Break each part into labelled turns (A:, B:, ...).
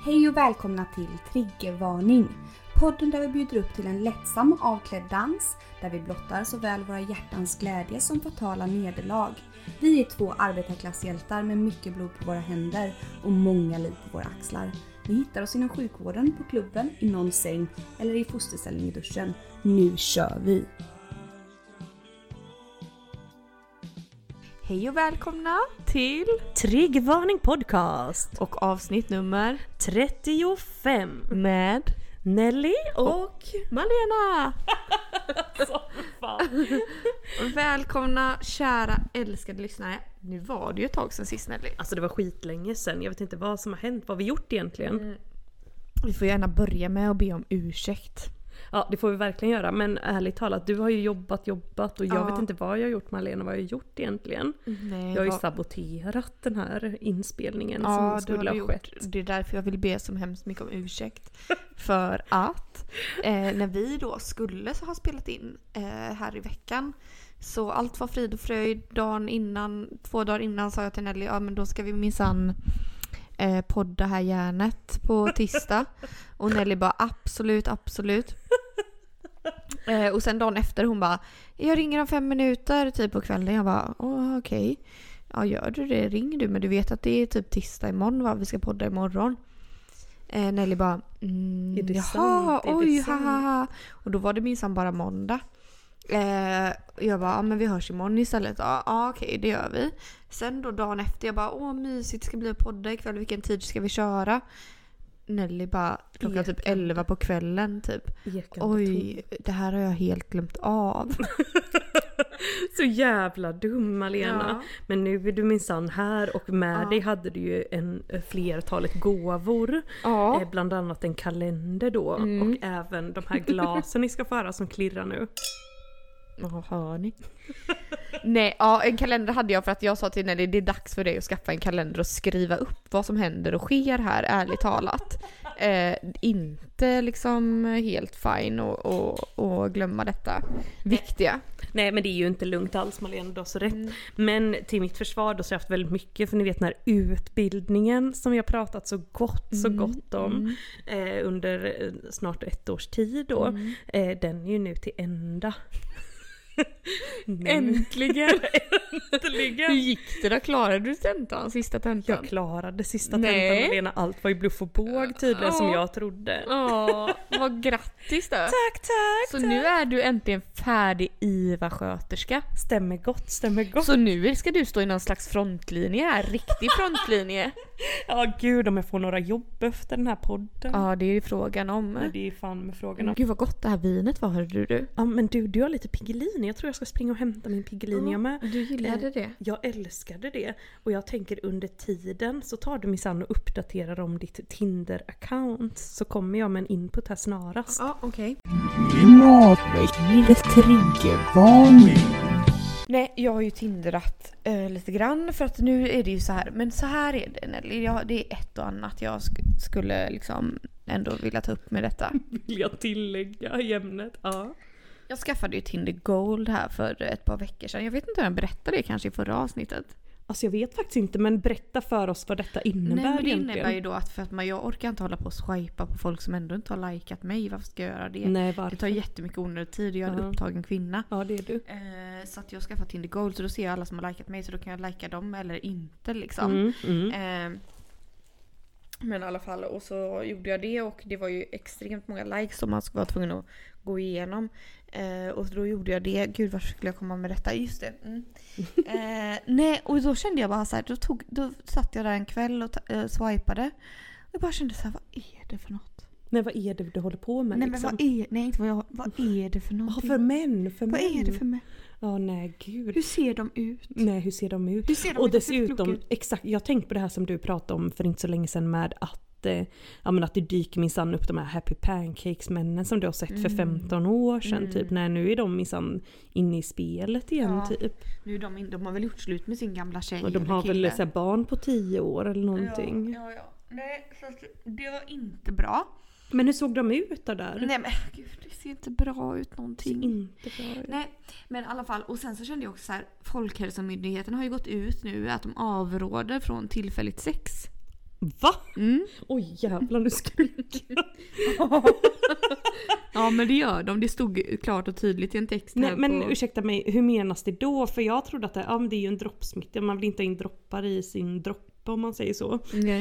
A: Hej och välkomna till Triggervarning. Podden där vi bjuder upp till en lättsam och avklädd dans. Där vi blottar såväl våra hjärtans glädje som fatala nederlag. Vi är två arbetarklasshjältar med mycket blod på våra händer och många liv på våra axlar. Ni hittar oss inom sjukvården, på klubben, i någon säng eller i fosterställning i duschen. Nu kör vi!
B: Hej och välkomna till
C: Triggervarning podcast
B: och avsnitt nummer
C: 35
B: med
C: Nelly
B: och Malena.
C: Så fan.
B: Välkomna kära älskade lyssnare. Nu var det ju ett tag sedan sist, Nelly.
C: Alltså det var skitlänge sedan. Jag vet inte vad som har hänt. Vad har vi gjort egentligen?
B: Vi får gärna börja med att be om ursäkt.
C: Ja, det får vi verkligen göra. Men ärligt talat, du har ju jobbat och jag vet inte vad jag har gjort, Malena. Vad har jag gjort egentligen?
B: Nej,
C: jag har ju saboterat den här inspelningen som skulle ha skett.
B: Det är därför jag vill be så hemskt mycket om ursäkt. För att när vi då skulle ha spelat in här i veckan, så allt var frid och fröjd. 2 dagar innan sa jag till Nelly, ja men då ska vi minsann podda här järnet på tisdag. Och Nelly bara absolut. Och sen dagen efter hon bara, jag ringer om 5 minuter typ på kvällen. Jag bara, okej. Ja, gör du det? Ring du, men du vet att det är typ tisdag imorgon, va? Vi ska podda imorgon. Nelly bara,
C: är det
B: jaha,
C: sant?
B: oj, haha. Och då var det minsann bara måndag. Jag bara, ja men vi hörs imorgon istället. Ja, okej, det gör vi. Sen då dagen efter, jag bara, mysigt, ska bli att podda ikväll. Vilken tid ska vi köra? Nelly bara, klockan typ 11 på kvällen typ. Oj, det här har jag helt glömt av.
C: Så jävla dum, Malena.
B: Ja.
C: Men nu är du minsann här, och med dig hade du ju flertalet gåvor.
B: Ja.
C: Bland annat en kalender då. Och även de här glasen ni ska få höra som klirrar nu.
B: Ja, hör ni? Nej, ja, en kalender hade jag för att jag sa till Nelly, det är dags för dig att skaffa en kalender och skriva upp vad som händer och sker här, ärligt talat. Inte liksom helt fine och glömma detta viktiga.
C: Nej, men det är ju inte lugnt alls, Malena, du har så rätt. Men till mitt försvar då så har jag haft väldigt mycket, för ni vet den här utbildningen som jag pratat så gott om under snart 1 års tid då. Den är ju nu till ända.
B: Äntligen! Hur gick det då? Klarade du tentan? Sista tentan?
C: Jag klarade sista tentan, Malena. Allt var ju bluff och båg tydligen, som jag trodde.
B: Vad grattis då!
C: Tack!
B: Så nu är du äntligen färdig IVA-sköterska.
C: Stämmer gott.
B: Så nu ska du stå i någon slags frontlinje här, riktig frontlinje.
C: Ja, gud, om jag får några jobb efter den här podden.
B: Ja, det är ju frågan om.
C: Ja, det är fan med frågan om.
B: Gud vad gott det här vinet var, hörde du?
C: Ja, men du har lite Piggelin. Jag tror jag ska springa och hämta min Piggelin jag med.
B: Du gillade det?
C: Jag älskade det. Och jag tänker under tiden så tar du minsann och uppdaterar om ditt Tinder-account. Så kommer jag med en input här snarast.
B: Ja, okej.
A: Klimatveckans triggervarning.
B: Nej, jag har ju tinderat lite grann, för att nu är det ju så här. Men så här är det, Nelly. Det är ett och annat jag skulle liksom ändå vilja ta upp med detta.
C: Vill jag tillägga i ämnet? Ja.
B: Jag skaffade ju Tinder Gold här för ett par veckor sedan. Jag vet inte om jag berättade det kanske i förra avsnittet.
C: Alltså jag vet faktiskt inte, men berätta för oss vad detta innebär.
B: Nej, men det
C: egentligen.
B: innebär ju då att för att jag orkar inte hålla på och swipa på folk som ändå inte har likat mig. Varför ska jag göra det?
C: Nej, varför?
B: Det tar jättemycket onödig tid. Jag är en upptagen kvinna.
C: Ja, det är du.
B: Så att jag skaffat Tinder Gold, så då ser jag alla som har likat mig, så då kan jag lika dem eller inte liksom. Men i alla fall, och så gjorde jag det, och det var ju extremt många likes som man var tvungen att gå igenom. Och då gjorde jag det. Gud, varför skulle jag komma med detta? Just det. Nej, och då kände jag bara så här, då satt jag där en kväll och swipade. Och jag bara kände så här, vad är det för något?
C: Nej, vad är det du håller på med?
B: Nej,
C: liksom?
B: Men vad är det för någonting?
C: För män.
B: Vad är det för män?
C: Ja, nej, gud.
B: Hur ser de ut?
C: Nej, hur ser de ut?
B: Och
C: dessutom, exakt, jag tänkte på det här som du pratade om för inte så länge sedan med att att det dyker minsann upp de här Happy Pancakes-männen som du har sett för 15 år sedan typ. Nej, nu är de minsann inne i spelet igen typ.
B: Nu de har väl gjort slut med sin gamla tjej.
C: Och de har väl så här barn på 10 år eller någonting.
B: Ja. Nej, så det var inte bra.
C: Men hur såg de ut då där?
B: Nej, men gud, det ser inte bra ut någonting.
C: Det ser inte bra ut.
B: Nej, men i alla fall. Och sen så kände jag också så här, Folkhälsomyndigheten har ju gått ut nu att de avråder från tillfälligt sex.
C: Va? Oj jävlar, nu skriker jag.
B: Ja men det gör de, det stod klart och tydligt i en text här.
C: Nej, men ursäkta mig, hur menas det då? För jag trodde att det är ju en droppsmitta, man vill inte ha in droppar i sin droppe om man säger så.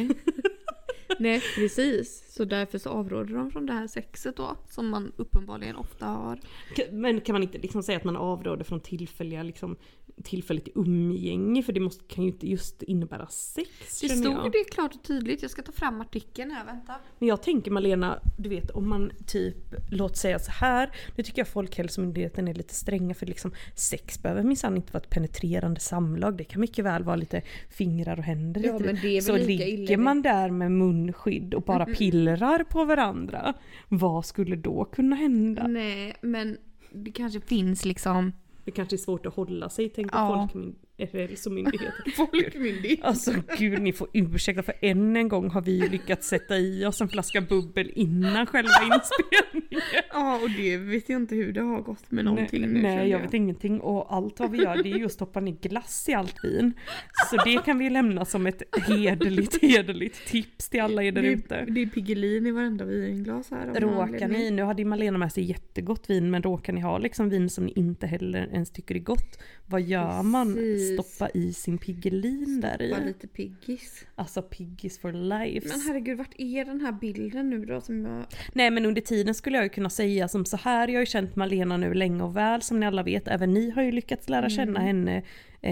B: Nej, precis. Så därför så avråder de från det här sexet då, som man uppenbarligen ofta har.
C: Men kan man inte liksom säga att man avråder från tillfälligt umgänge, för det kan ju inte just innebära sex.
B: Det stod det klart och tydligt. Jag ska ta fram artikeln här, vänta.
C: Men jag tänker Malena, du vet om man typ, låt säga så här, nu tycker jag Folkhälsomyndigheten är lite stränga, för liksom sex behöver minsann inte vara ett penetrerande samlag, det kan mycket väl vara lite fingrar och händer.
B: Ja, men det är
C: så
B: väl lika
C: ligger
B: illa.
C: man där med munskydd och bara pillrar på varandra, vad skulle då kunna hända?
B: Nej, men det kanske finns liksom...
C: Det kanske är svårt att hålla sig, tänker Folkhälsomyndigheten.
B: Folkmyndighet.
C: Alltså gud, ni får ursäkta, för en gång har vi lyckats sätta i oss en flaska bubbel innan själva inspelningen.
B: Ja, och det vet jag inte hur det har gått med någonting nu.
C: Nej, jag vet ingenting, och allt vad vi gör det är just att stoppa ner glass i allt vin. Så det kan vi lämna som ett hederligt tips till alla er där ute.
B: Det är Piggelin i varenda vinglas här.
C: Råkar ni, nu hade Malena med sig jättegott vin, men råkar ni ha liksom vin som ni inte heller ens tycker är gott, vad gör man? Stoppa i sin Piggelin där i.
B: Stoppa lite piggis.
C: Alltså piggis for life.
B: Men herregud, vart är den här bilden nu då som jag...
C: Nej, men under tiden skulle jag ju kunna säga som så här, jag har ju känt Malena nu länge och väl, som ni alla vet, även ni har ju lyckats lära känna henne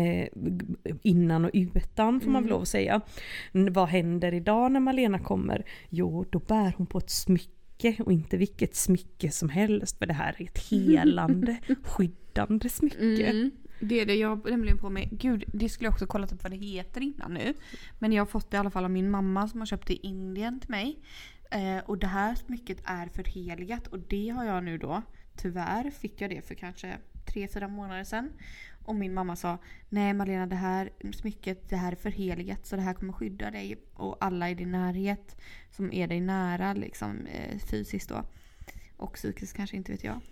C: innan och utan, får man väl lov att säga. Vad händer idag när Malena kommer? Jo, då bär hon på ett smycke, och inte vilket smycke som helst, för det här är ett helande, skyddande smycke.
B: Det är det jag nämligen på mig. Gud, det skulle jag också kolla upp vad det heter innan nu. Men jag har fått det i alla fall av min mamma som har köpt det i Indien till mig. Och det här smycket är förheligat, och det har jag nu då, tyvärr fick jag det för kanske 3-4 månader sedan. Och min mamma sa, nej Malena, det här smycket, det här är förheligat, så det här kommer skydda dig och alla i din närhet som är dig nära liksom, fysiskt då. Och psykiskt kanske, inte vet jag.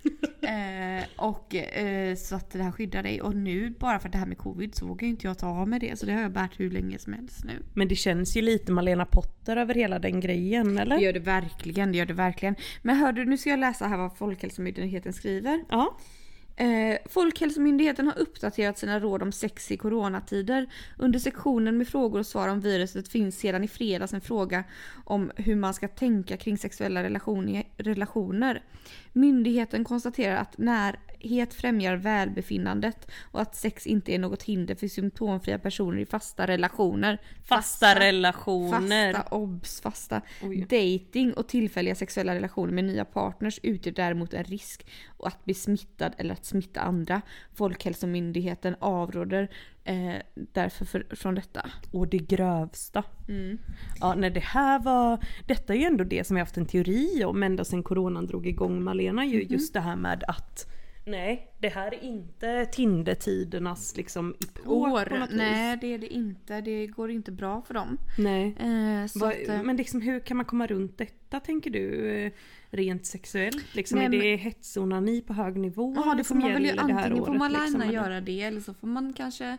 B: Så att det här skyddar dig. Och nu, bara för det här med covid, så vågar inte jag ta av med det. Så det har jag bärt hur länge som helst nu.
C: Men det känns ju lite Malena Potter över hela den grejen, eller?
B: Det gör det verkligen. Men hör du, nu ska jag läsa här vad Folkhälsomyndigheten skriver.
C: Ja.
B: Folkhälsomyndigheten har uppdaterat sina råd om sex i coronatider. Under sektionen med frågor och svar om viruset finns sedan i fredags en fråga om hur man ska tänka kring sexuella relationer. Myndigheten konstaterar att närhet främjar välbefinnandet och att sex inte är något hinder för symptomfria personer i fasta relationer. Fasta. Dating och tillfälliga sexuella relationer med nya partners utgör däremot en risk att bli smittad eller att smitta andra. Folkhälsomyndigheten avråder därför från detta.
C: Och det grövsta. Ja, när detta är ju ändå det som vi har haft en teori om ända sedan coronan drog igång, Malena, just det här med att nej, det här är inte Tinder-tidernas liksom
B: år. Nej, det är det inte. Det går inte bra för dem.
C: Nej. Men liksom, hur kan man komma runt detta, tänker du, rent sexuellt? Liksom, är det hetsonani på hög nivå?
B: Ja, det får man väl göra. Antingen får man
C: liksom,
B: göra det, eller så får man kanske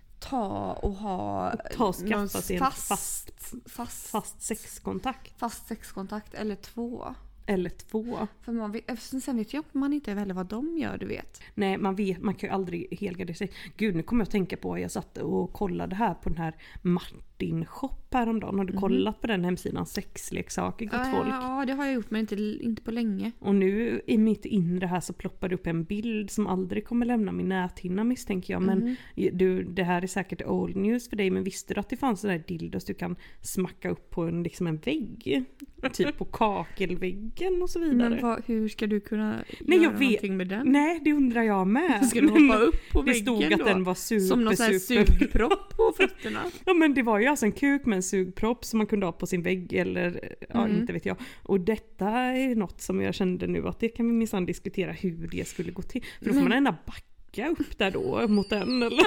C: skaffa sig en fast sexkontakt.
B: Fast sexkontakt eller två.
C: För
B: sen vet jag man inte heller vad de gör, du vet.
C: Nej, man kan ju aldrig helgardera sig. Gud, nu kommer jag att tänka på, jag satt och kollade här på den här Martin Shop häromdagen. Har du kollat på den hemsidan, sexleksaker, gott folk?
B: Ja, det har jag gjort, men inte på länge.
C: Och nu i mitt inre här så ploppar det upp en bild som aldrig kommer lämna min näthinna, misstänker jag. Men det här är säkert old news för dig, men visste du att det fanns sådana här dildos du kan smacka upp på en vägg? Typ på kakelväggen och så vidare.
B: Men hur ska du kunna göra någonting med den?
C: Nej, det undrar jag med.
B: Ska du hoppa upp på väggen då?
C: Det stod att den var
B: som någon sån här sugpropp på fötterna.
C: Ja, men det var ju alltså en kuk med en sugpropp som man kunde ha på sin vägg eller, inte vet jag. Och detta är något som jag kände nu att det kan vi minsann diskutera hur det skulle gå till. För då får man ändå backa upp där då mot den, eller?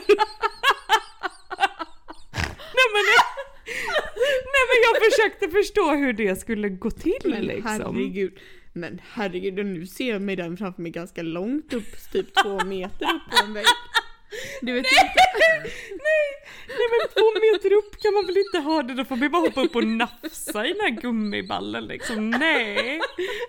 C: Nej, men jag försökte förstå hur det skulle gå till, liksom.
B: Men herregud, nu ser jag mig den framför mig ganska långt upp, typ 2 meter upp på en vägg.
A: Du vet
C: Nej men 2 meter upp kan man väl inte ha det, då får vi bara hoppa upp och nafsa i den här gummiballen liksom, nej.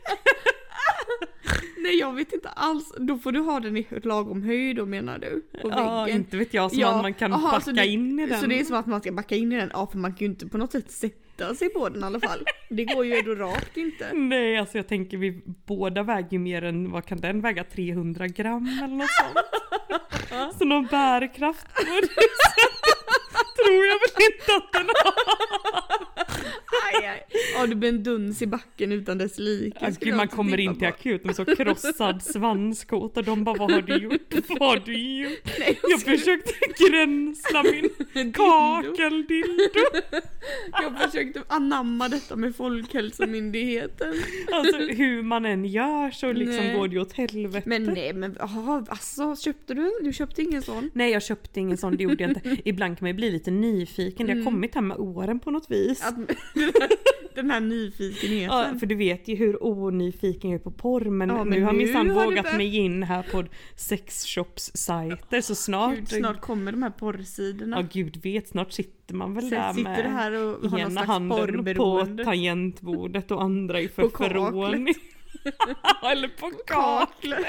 A: Nej, jag vet inte alls. Då får du ha den i lagom höjd då, menar du? På
C: Ja,
A: väggen.
C: inte vet jag, som att man kan backa in i den.
A: Så det är som att man ska backa in i den? Ja, för man kan ju inte på något sätt sätta sig på den i alla fall. Det går ju då rakt inte.
C: Nej, alltså jag tänker vi båda väger ju mer än, vad kan den väga, 300 gram eller något sånt. Så någon bärkraft på det tror jag väl inte att den har.
A: Aj. Ja, det blir en duns i backen utan dess like.
C: Gud, man kommer in till akut med så krossad svanskåt och de bara, vad har du gjort? Vad har du gjort?
A: Nej,
C: jag försökte gränsla min kakeldildo.
A: Jag försökte anamma detta med Folkhälsomyndigheten.
C: Alltså hur man än gör så liksom går det åt helvete.
A: Men alltså köpte du köpte ingen sån?
C: Nej, jag köpte ingen sån, det gjorde jag inte. Ibland kan man ju bli lite nyfiken. Det har kommit här med åren på något vis.
A: Den här nyfikenheten.
C: Ja, för du vet ju hur onyfiken jag är på porr, men
A: ja,
C: nu har minsann vågat mig in här på sexshops-sajter, så snart...
A: Gud, snart kommer de här porrsidorna.
C: Ja, gud vet, snart sitter man väl där med
A: det här och har
C: ena handen på tangentbordet och andra i förförrån. Eller på kaklet.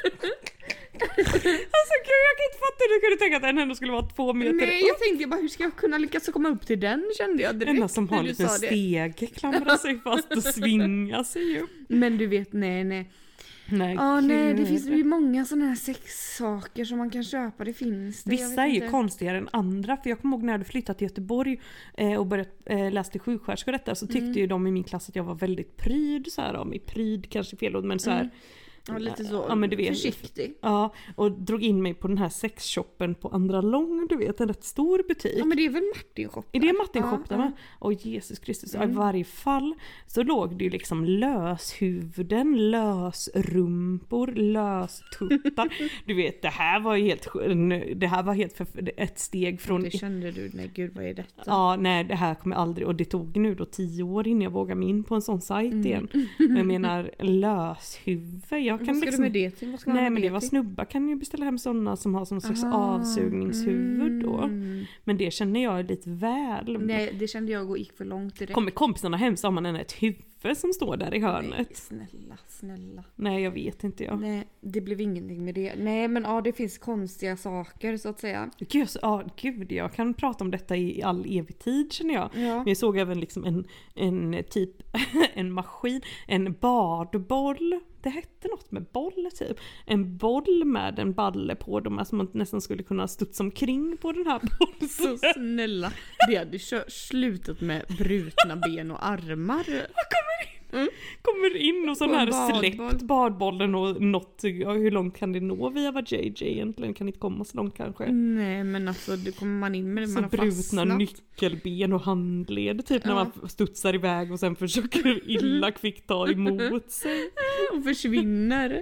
C: Alltså gud, jag kan inte fatta hur du kunde tänka att den ändå skulle vara 2 meter.
A: Nej, jag tänkte bara, hur ska jag kunna lyckas komma upp till den, kände jag direkt.
C: Enda som har en liten steg klamrar sig fast och svingar sig upp.
A: Men du vet, nej. Nej, det finns ju många sådana här sexsaker som man kan köpa, det finns det.
C: Vissa är ju konstigare än andra, för jag kommer ihåg när jag hade flyttat till Göteborg och börjat läsa till sjuksköterska och detta, så tyckte ju de i min klass att jag var väldigt pryd, så här, i pryd kanske fel ord, men så här.
A: Ja, lite så,
C: ja, men du vet,
A: försiktig.
C: Ja, och drog in mig på den här sexshoppen på Andra Lång, du vet, en rätt stor butik.
A: Ja, men det är väl Martin-shop?
C: Är det Martin-shop där med? Åh, Jesus Kristus. I varje fall så låg det ju liksom löshuvuden, lösrumpor, löstuttar. Du vet, det här var helt ett steg från...
A: Det kände du, nej gud, vad är detta?
C: Ja, nej, det här kommer aldrig, och det tog nu då 10 år innan jag vågade mig in på en sån sajt igen. Men jag menar, löshuvud,
A: vad ska du med det till?
C: Nej, men det var snubbar kan ju beställa hem sådana som har som slags avsugningshuvud då. Men det känner jag är lite väl.
A: Nej, det kände jag och gick för långt direkt.
C: Kommer kompisarna hem så har man ett huvud som står där i hörnet.
A: Nej, snälla.
C: Nej, jag vet inte jag.
A: Nej, det blev ingenting med det. Nej, men ja, det finns konstiga saker så att säga.
C: Gud, jag kan prata om detta i all evig tid, känner jag.
A: Ja.
C: Men jag såg även liksom en typ en maskin, en badboll. Det hette något med boll typ. En boll med en balle på dem, alltså man nästan skulle kunna studsa omkring på den här bollen.
A: Så snälla. Det hade slutat med brutna ben och armar.
C: Kommer in och sån här släppt badbollen och något, hur långt kan det nå via vad JJ egentligen, kan inte komma så långt kanske.
A: Nej, men alltså det kommer man in med det, man har
C: brutna
A: fastnat.
C: Nyckelben och handled typ när man studsar iväg och sen försöker illa kvickt ta emot sig.
A: Och försvinner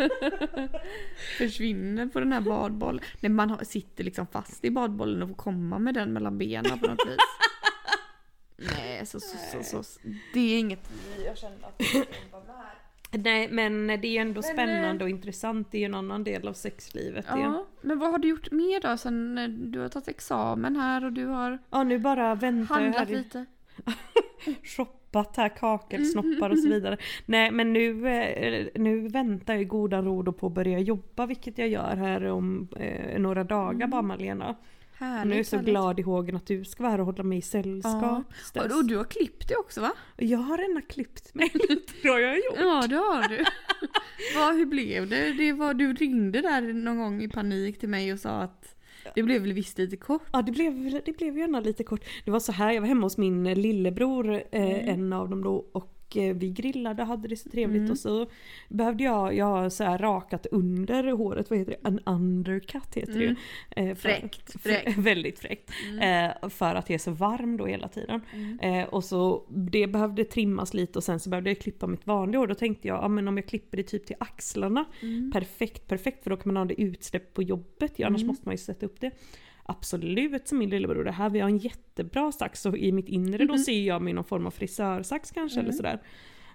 A: på den här badbollen. Nej, man sitter liksom fast i badbollen och får komma med den mellan benen på något vis. Nej, så det är inget jag känner att jag jobbar med här.
C: Nej, men det är ju ändå spännande och intressant. Det är ju en annan del av sexlivet.
A: Ja, men vad har du gjort mer då sen du har tagit examen här och du har
C: nu bara väntar
A: handlat
C: jag
A: lite?
C: shoppat här, kakelsnoppar och så vidare. Nej, men nu väntar jag i goda ro då på att börja jobba, vilket jag gör här om några dagar bara, Malena.
A: Härligt,
C: nu är jag så glad i hågen att du ska vara här och hålla mig i sällskap.
A: Ja. Och du har klippt det också, va?
C: Jag har redan klippt mig. Det har jag gjort.
A: Ja, det har du. Hur blev det? Du ringde där någon gång i panik till mig och sa att det blev väl visst lite kort.
C: Ja, det blev gärna lite kort. Det var så här, jag var hemma hos min lillebror, en av dem då, och vi grillade och hade det så trevligt och så behövde jag så här rakat under håret, vad heter det? En undercut heter det ju.
A: Fräckt.
C: Väldigt fräckt. För att det är så varm då hela tiden. Och så det behövde trimmas lite och sen så behövde jag klippa mitt vanliga hår. Då tänkte jag, men om jag klipper det typ till axlarna, perfekt, för då kan man ha det utsläpp på jobbet. Annars måste man ju sätta upp det. Absolut, som min lillebror. Det här, vi har en jättebra sax och i mitt inre då ser jag mig någon form av frisörsax kanske eller sådär.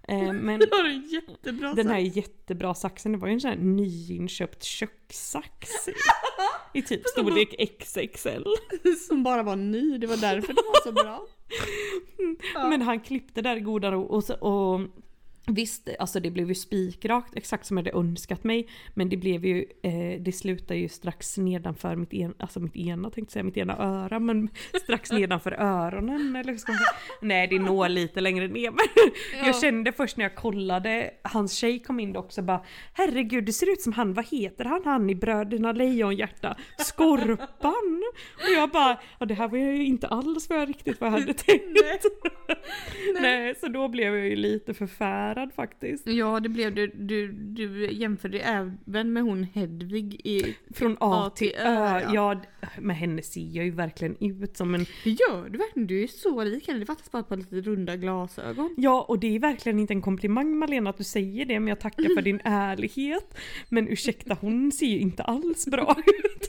C: Men
B: Det var en jättebra
C: den här jättebra saxen, det var ju en sån här nyinköpt kökssax i typ storlek XXL.
B: som bara var ny, det var därför det var så bra.
C: Men han klippte där i goda ro och visst, alltså det blev ju spikrakt exakt som jag hade önskat mig, men det blev ju det slutade ju strax nedanför mitt ena öra, men strax nedanför öronen, eller ska man säga? Nej, det når lite längre ner, men jag kände först när jag kollade, hans tjej kom in också, bara herregud, det ser ut som han, vad heter han i Bröderna Lejonhjärta, Skorpan, och jag bara, det här var ju inte alls vad jag hade tänkt. Nej, så då blev jag ju lite förfärad faktiskt.
B: Ja, det blev du jämförde även med hon Hedvig
C: från A till Ö. Ja, med henne ser jag ju verkligen ut som en...
B: Det gör du verkligen, du är så lik henne. Det fattas bara på lite runda glasögon.
C: Ja, och det är verkligen inte en komplimang, Malena, att du säger det, men jag tackar för din ärlighet. Men ursäkta, hon ser ju inte alls bra ut.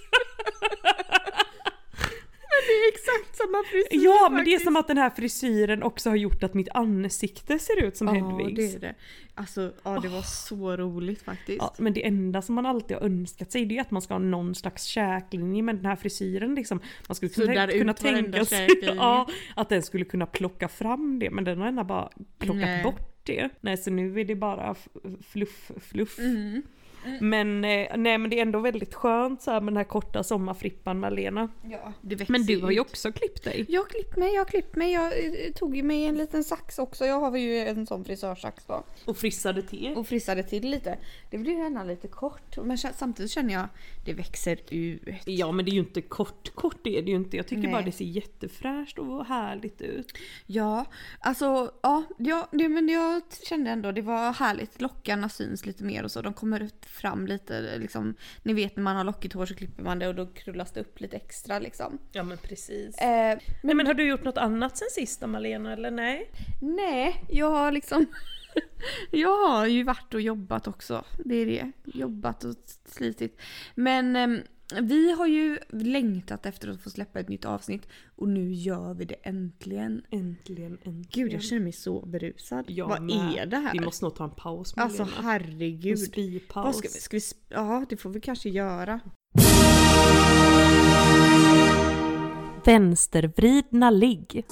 B: Det är exakt samma frisyr.
C: Ja, men det är som att den här frisyren också har gjort att mitt ansikte ser ut som Hedvigs.
B: Ja, det är det. Alltså, det var så roligt faktiskt.
C: Ja, men det enda som man alltid har önskat sig, det är att man ska ha någon slags käklinje med den här frisyren liksom. Man skulle kunna tänka sig att den skulle kunna plocka fram det, men den har ändå bara plockat bort det. Nej, så nu är det bara fluff. Men men det är ändå väldigt skönt så här med den här korta sommarfrippan, Malena.
B: Ja,
C: men du har ju också klippt dig.
B: Jag har klippt mig. Jag tog ju mig en liten sax också. Jag har ju en sån frisörsax då.
C: Och frissade till
B: lite. Det blir gärna lite kort. Men samtidigt känner jag det växer ut.
C: Ja, men det är ju inte kort det är det ju inte. Jag tycker bara det ser jättefräscht och härligt ut.
B: Ja, alltså men jag kände ändå det var härligt. Lockarna syns lite mer och så. De kommer fram lite liksom, ni vet när man har lockigt hår så klipper man det och då krullas det upp lite extra liksom.
C: Ja, men precis. Men har du gjort något annat sen sista, Malena, eller nej?
B: Nej, jag har liksom jag har ju varit och jobbat också. Det är det. Jobbat och slitit. Men vi har ju längtat efter att få släppa ett nytt avsnitt och nu gör vi det äntligen.
C: Äntligen.
B: Gud, jag känner mig så berusad. Vad är det här?
C: Vi måste nog ta en paus, Malena.
B: Alltså herregud.
C: En spypaus.
B: Ska vi ja, det får vi kanske göra.
C: Vänstervridna ligg.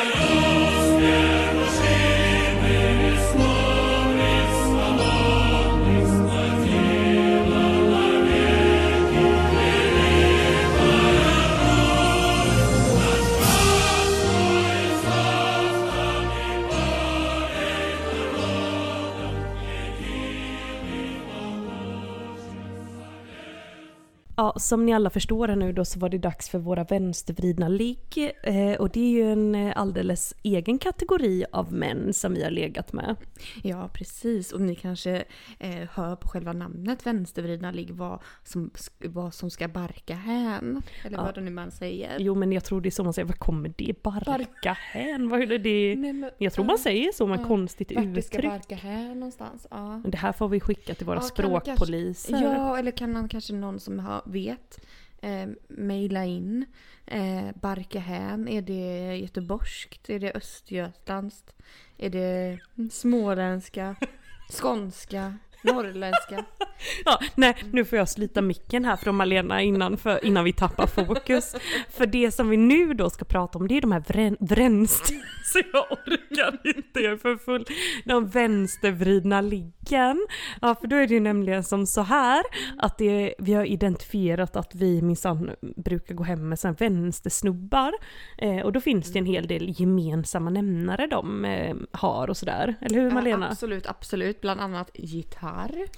C: Ja, som ni alla förstår nu då så var det dags för våra vänstervridna ligg. Och det är ju en alldeles egen kategori av män som vi har legat med.
B: Ja, precis. Och ni kanske hör på själva namnet vänstervridna ligg vad som ska barka hän. Eller vad det nu man säger.
C: Jo, men jag tror det är så man säger. Vad kommer det barka hän? Vad är det? Nej, men, jag tror man säger så med konstigt uttryck.
B: Det ska barka hän någonstans. Ja.
C: Men det här får vi skicka till våra språkpoliser.
B: Ja, eller kan man kanske någon som vet mejla in. Barka hän, är det göteborgskt? Är det östgötlandskt? Är det småländska? Skånska? Norrländska?
C: Ja, nej, nu får jag slita micken här från Malena innan vi tappar fokus. För det som vi nu då ska prata om, det är de här så jag orkar inte, jag är för full. De vänstervridna liggen. Ja, för då är det ju nämligen som så här att vi har identifierat att vi minsann brukar gå hem med sån vänstersnubbar. Och då finns det en hel del gemensamma nämnare de har och sådär. Eller hur, Malena?
B: Absolut. Bland annat gitarr.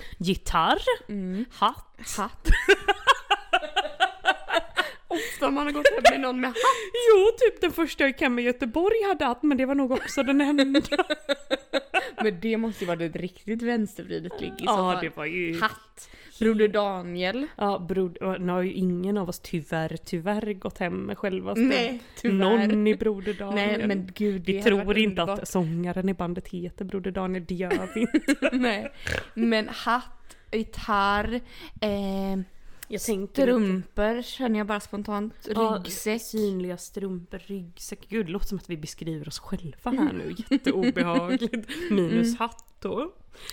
B: Hatt. Ofta man har gått hem med någon med hatt.
C: Jo, typ den första jag gick hem med Göteborg hade hatt, men det var nog också den enda.
B: Men det måste ju vara ett riktigt vänstervridet ligg i så
C: fall.
B: Ja,
C: det var ju...
B: Hatt. Broder Daniel.
C: Ja, nu har ju ingen av oss tyvärr gått hem med själva.
B: Nej, tyvärr.
C: Någon i Broder Daniel.
B: Nej, men gud,
C: vi tror inte att sångaren i bandet heter Broder Daniel, det gör vi inte.
B: Nej, men hatt, gitarr,
C: Jag tänker
B: strumpor känner jag bara spontant. Ryggsäck.
C: Synliga strumpor, ryggsäck. Gud, det låter som att vi beskriver oss själva här nu. Jätteobehagligt. Minus hatt då.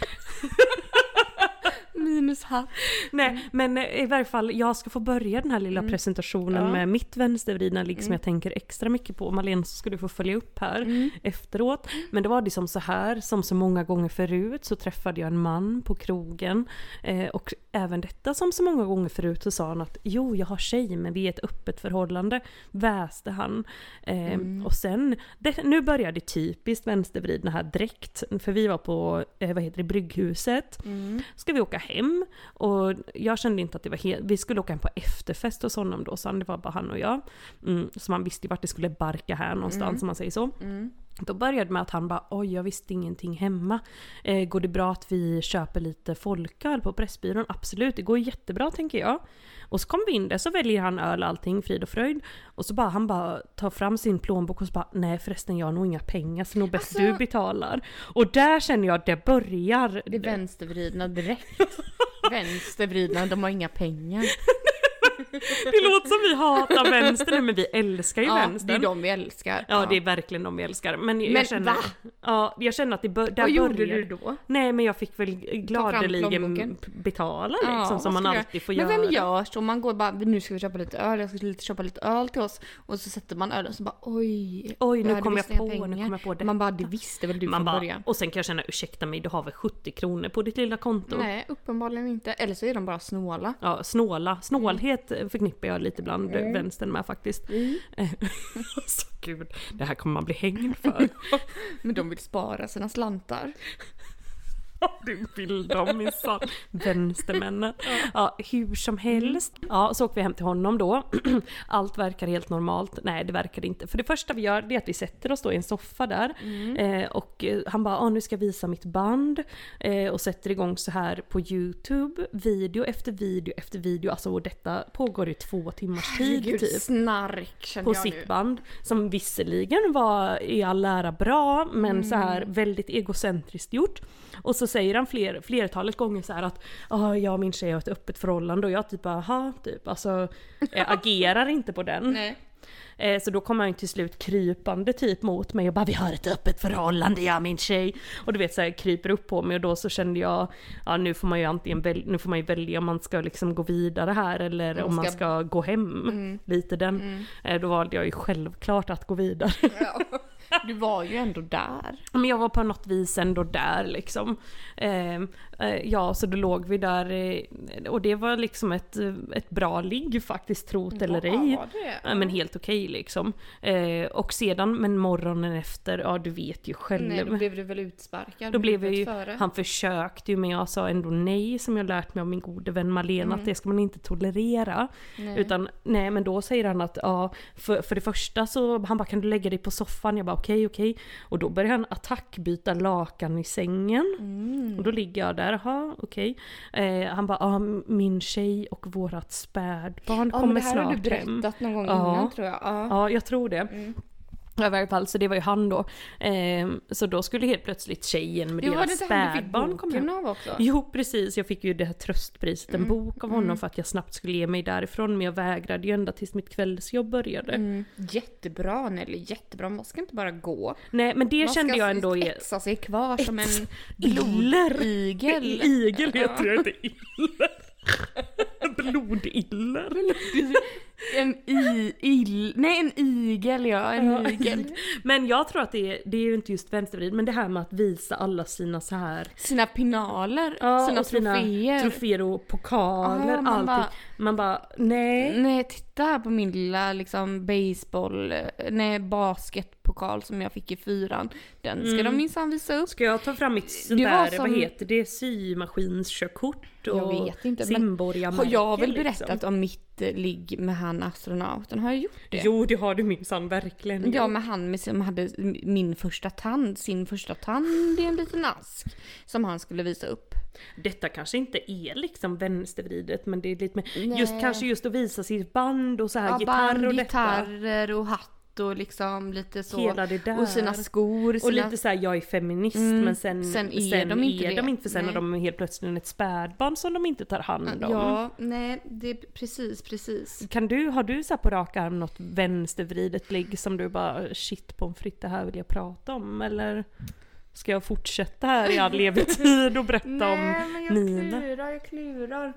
B: Minus hatt.
C: Nej, men i varje fall, jag ska få börja den här lilla presentationen med mitt vänstervridna ligg som jag tänker extra mycket på. Malena, så ska du få följa upp här efteråt. Men det var liksom så här, som så många gånger förut så träffade jag en man på krogen. Och även detta som så många gånger förut så sa han att jo, jag har tjej men vi är ett öppet förhållande, väste han. Och sen, nu började det typiskt vänstervridna här direkt. För vi var på, Brygghuset. Ska vi åka hem och jag kände inte att det var vi skulle åka hem på efterfest hos honom då, så det var bara han och jag. Så man visste vart det skulle barka här någonstans, om man säger så. Då började det med att han bara, oj, jag visste ingenting hemma. Går det bra att vi köper lite folköl på Pressbyrån? Absolut, det går jättebra tänker jag. Och så kom vi in där, så väljer han öl, allting, frid och fröjd. Och så bara, han bara tar fram sin plånbok och så bara, nej förresten jag har nog inga pengar så nog bäst du betalar. Och där känner jag att det börjar.
B: Det är vänstervridna direkt. Vänstervridna, de har inga pengar.
C: Det låter som vi hatar vänster nu, men vi älskar ju vänster.
B: Det är de vi älskar.
C: Ja, det är verkligen de vi älskar. Men jag känner,
B: va?
C: Ja, jag känner att det
B: Vad gjorde du då?
C: Nej, men jag fick väl gladeligen betala liksom, som man alltid får göra.
B: Men vem gör så? Man går bara, nu ska vi köpa lite öl, jag ska köpa lite öl till oss. Och så sätter man öl och så bara, oj,
C: nu kommer jag på det.
B: Man bara, det visste väl du från början.
C: Och sen kan jag känna, ursäkta mig, du har väl 70 kronor på ditt lilla konto?
B: Nej, uppenbarligen inte. Eller så är de bara snåla.
C: Ja, snålhet förknippar jag lite bland vänstern med faktiskt. Så gud, det här kommer man bli hängd för.
B: Men de vill spara sina slantar.
C: Det vill de minsann. Vänstermännen. Ja, hur som helst. Ja, så åker vi hem till honom då. Allt verkar helt normalt. Nej, det verkar det inte. För det första vi gör, det är att vi sätter oss då i en soffa där. Och han bara, nu ska jag visa mitt band. Och sätter igång så här på YouTube. Video efter video efter video. Alltså, och detta pågår i 2 timmars tid.
B: Gud,
C: typ.
B: Snark
C: på sitt band. Som visserligen var i all ära bra. Men så här väldigt egocentriskt gjort. Och så säger han flertalet gånger så här att jag och min tjej har ett öppet förhållande och jag typ alltså agerar inte på den.
B: Nej.
C: Så då kommer han till slut krypande typ mot mig och bara, vi har ett öppet förhållande, jag och min tjej. Och du vet så här, kryper upp på mig och då så kände jag, nu får man ju välja om man ska liksom gå vidare här eller om man ska gå hem. Lite den. Då valde jag ju självklart att gå vidare.
B: Ja. Du var ju ändå där.
C: Men jag var på något vis ändå där liksom. Så då låg vi där och det var liksom ett bra ligg faktiskt, trot eller ej. Men helt okej liksom. Och sedan, men morgonen efter, du vet ju själv.
B: Nej, då blev du väl utsparkad.
C: Då blev ju, han försökte ju, men jag sa ändå nej, som jag lärt mig av min gode vän Malena, att det ska man inte tolerera. Nej. Utan, nej, men då säger han att för det första så, han bara, kan du lägga dig på soffan? Jag bara, okej. Och då börjar han attackbyta lakan i sängen. Och då ligger jag där, okej. Han bara, min tjej och vårat spädbarn kommer snart hem.
B: Det här har du berättat någon gång innan, tror jag.
C: Ja, jag tror det. Ja, i varje fall, så det var ju han då. Så då skulle helt plötsligt tjejen med deras spädbarn komma hem.
B: Av också.
C: Jo, precis. Jag fick ju det här tröstpriset, en bok av honom för att jag snabbt skulle ge mig därifrån. Men jag vägrade ju ända tills mitt kvällsjobb började.
B: Jättebra, Nelly. Jättebra. Man ska inte bara gå.
C: Nej, men det kände jag ändå...
B: Man ska exa sig kvar som en
C: blodigel. Igel heter jag inte, iller. Blodiller.
B: En igel, ja. En igel.
C: Men jag tror att det är ju inte just vänstervrid, men det här med att visa alla sina så här...
B: Sina pinaler, sina
C: troféer och pokaler, allting. Man bara, nej.
B: Nej, titta här på min lilla liksom basketpokal som jag fick i 4:an. Den ska de minsann visa upp.
C: Ska jag ta fram mitt vad heter det? Symaskinskörkort och
B: jag vet inte,
C: simborgarmärke.
B: Har jag väl berättat om mitt ligg med han astronauten? Har jag gjort det?
C: Jo, det har du minsann verkligen.
B: Ja, med han som hade sin första tand i en liten ask som han skulle visa upp.
C: Detta kanske inte är liksom vänstervridet, men det är lite mer just att visa sitt band och så här gitarrer och
B: gitarrer och hatt hatt och liksom lite så.
C: Hela det där.
B: Och sina skor.
C: Och lite så här, jag är feminist men sen är de inte det. För sen är de helt plötsligt ett spädbarn som de inte tar hand om.
B: Ja, nej, det är precis.
C: Har du så här på rak arm något vänstervridet ligg som du bara, shit på en fritt, det här vill jag prata om? Eller ska jag fortsätta här i all evig tid och berätta om Nina?
B: Jag klurar.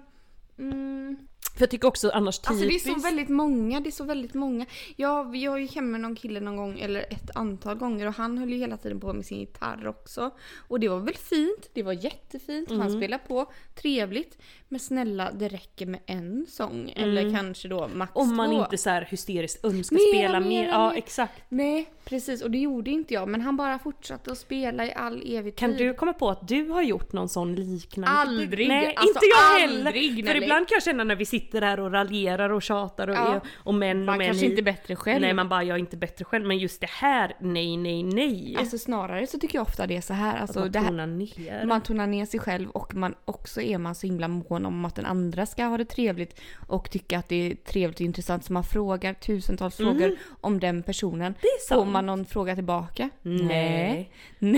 C: För jag tycker också annars typiskt...
B: Alltså det är så väldigt många. Jag är ju hemma med någon kille någon gång, eller ett antal gånger, och han höll ju hela tiden på med sin gitarr också. Och det var väl fint, det var jättefint, han spelar på, trevligt. Men snälla, det räcker med en sång, eller kanske då max 2.
C: Om man inte så här hysteriskt önskar spela mer. Ja, exakt.
B: Nej, precis, och det gjorde inte jag, men han bara fortsatte att spela i all evig tid.
C: Kan du komma på att du har gjort någon sån liknande?
B: Aldrig!
C: Nej,
B: alltså,
C: inte jag heller!
B: Aldrig,
C: för ibland kan jag känna när vi sitter här och raljerar och tjatar och män
B: man kanske inte bättre själv.
C: Nej, man bara, jag är inte bättre själv. Men just det här, nej.
B: Alltså snarare så tycker jag ofta det är så här. Alltså,
C: man tonar ner.
B: Man tonar ner sig själv, och man också är man så himla mån om att den andra ska ha det trevligt och tycka att det är trevligt och intressant, så man frågar tusentals frågor om den personen.
C: Det är sant.
B: Får man någon fråga tillbaka?
C: Nej.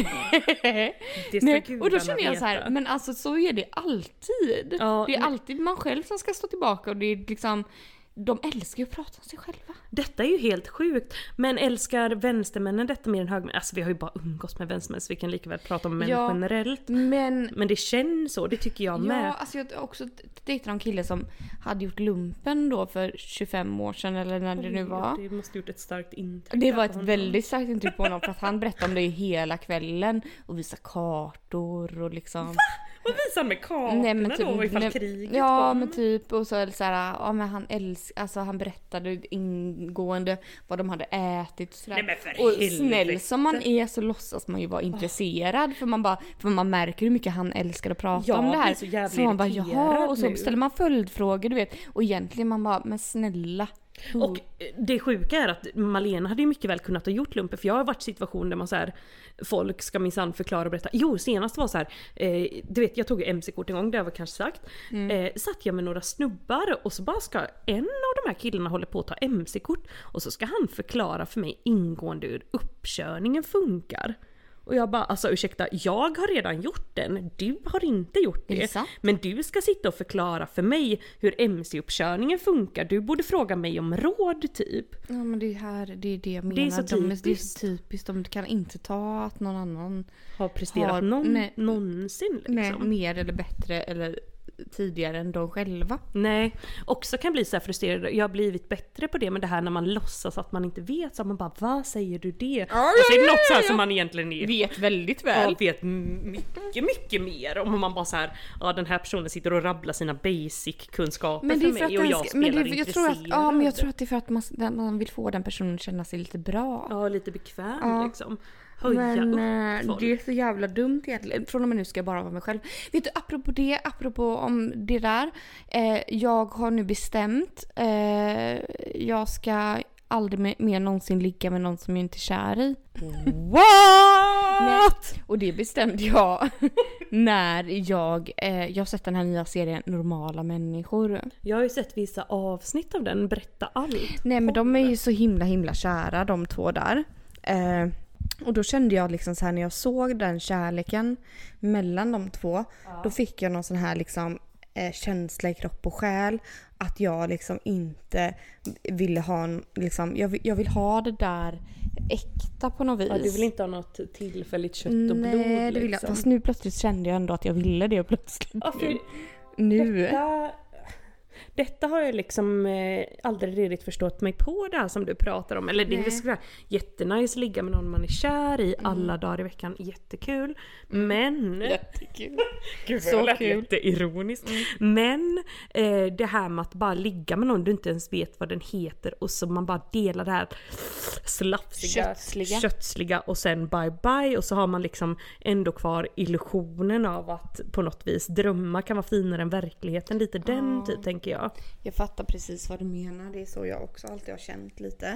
B: Det Nej. Och då känner jag så här, men alltså så är det alltid.
C: Ja,
B: det är alltid man själv som ska stå tillbaka, och det är liksom, de älskar ju att prata om sig själva.
C: Detta är ju helt sjukt. Men älskar vänstermännen detta mer än högermän? Alltså vi har ju bara umgås med vänstermän, så vi kan lika väl prata om män generellt. Men det känns så, det tycker jag med.
B: Ja, alltså jag också dejtade en kille som hade gjort lumpen då för 25 år sedan, eller när det nu var.
C: Det måste gjort ett starkt intryck.
B: Det var ett väldigt starkt intryck på honom, för att han berättade om det hela kvällen och visade kartor och liksom... Va?
C: Vad visade han med kartorna då ifall kriget
B: ja,
C: kom?
B: men typ, och så är det så här, ja men han berättade ingående vad de hade ätit och sådär.
C: Nej, men för
B: och
C: helvete.
B: Snäll som man är så låtsas man ju vara intresserad, för man märker hur mycket han älskar att prata om det här. Så man bara, jaha, och så ställer man följdfrågor, du vet, och egentligen man bara, men snälla.
C: Och det sjuka är att Malena hade ju mycket väl kunnat ha gjort lumpen, för jag har varit i situationer där man så här, folk ska minsann förklara och berätta. Jo, senast var så här, du vet, jag tog MC-kort en gång, det har jag kanske sagt. Satt jag med några snubbar, och så bara ska en av de här killarna hålla på att ta MC-kort, och så ska han förklara för mig ingående hur uppkörningen funkar. Och jag bara, alltså ursäkta, jag har redan gjort den, du har inte gjort det. Men du ska sitta och förklara för mig hur MC-uppkörningen funkar. Du borde fråga mig om råd typ.
B: Ja, men det är det jag menar.
C: Det är så typiskt.
B: Det är så typiskt, de kan inte ta att någon annan
C: har presterat någonsin liksom.
B: Nej, mer eller bättre eller tidigare än de själva.
C: Nej, också kan bli så här frustrerad. Jag har blivit bättre på det, men det här när man låtsas att man inte vet, så man bara, vad säger du det? Alltså det är något så här som man egentligen är,
B: vet väldigt väl.
C: Ja, vet mycket mer. Om man bara så här, ja, den här personen sitter och rabblar sina basic-kunskaper för mig och jag spelar intresserad.
B: Men jag tror att det är för att man vill få den personen att känna sig lite bra.
C: Ja, lite bekväm liksom.
B: Men det är så jävla dumt egentligen. Från och med nu ska jag bara vara mig själv. Vet du, apropå om det där. Jag har nu bestämt. Jag ska aldrig mer någonsin ligga med någon som jag inte är kär i.
C: What?
B: Och det bestämde jag när jag har sett den här nya serien Normala människor.
C: Jag har ju sett vissa avsnitt av den. Berätta allt.
B: Nej, men de är ju så himla kära, de två där. Och då kände jag liksom så här, när jag såg den kärleken mellan de två, då fick jag någon sån här liksom känsla i kropp och själ, att jag liksom inte ville ha liksom, jag vill ha det där äkta på något vis.
C: Ja, du vill inte ha något tillfälligt kött och blod.
B: Nej, det vill jag. Fast nu plötsligt kände jag ändå att jag ville det plötsligt.
C: Ja,
B: nu.
C: Detta har jag liksom aldrig riktigt förstått mig på, det här som du pratar om. Eller det är jättenice ligga med någon man är kär i alla dagar i veckan. Jättekul. Men...
B: Jättekul.
C: Gud, så kul. Jätteironiskt. Men det här med att bara ligga med någon du inte ens vet vad den heter, och så man bara delar det här slafsiga, kötsliga och sen bye bye, och så har man liksom ändå kvar illusionen av att på något vis drömma kan vara finare än verkligheten. Lite den typ, tänker jag.
B: Jag fattar precis vad du menar. Det är så jag också alltid har känt lite.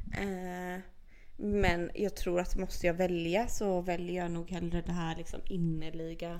B: Men jag tror att måste jag välja, så väljer jag nog hellre det här liksom innerliga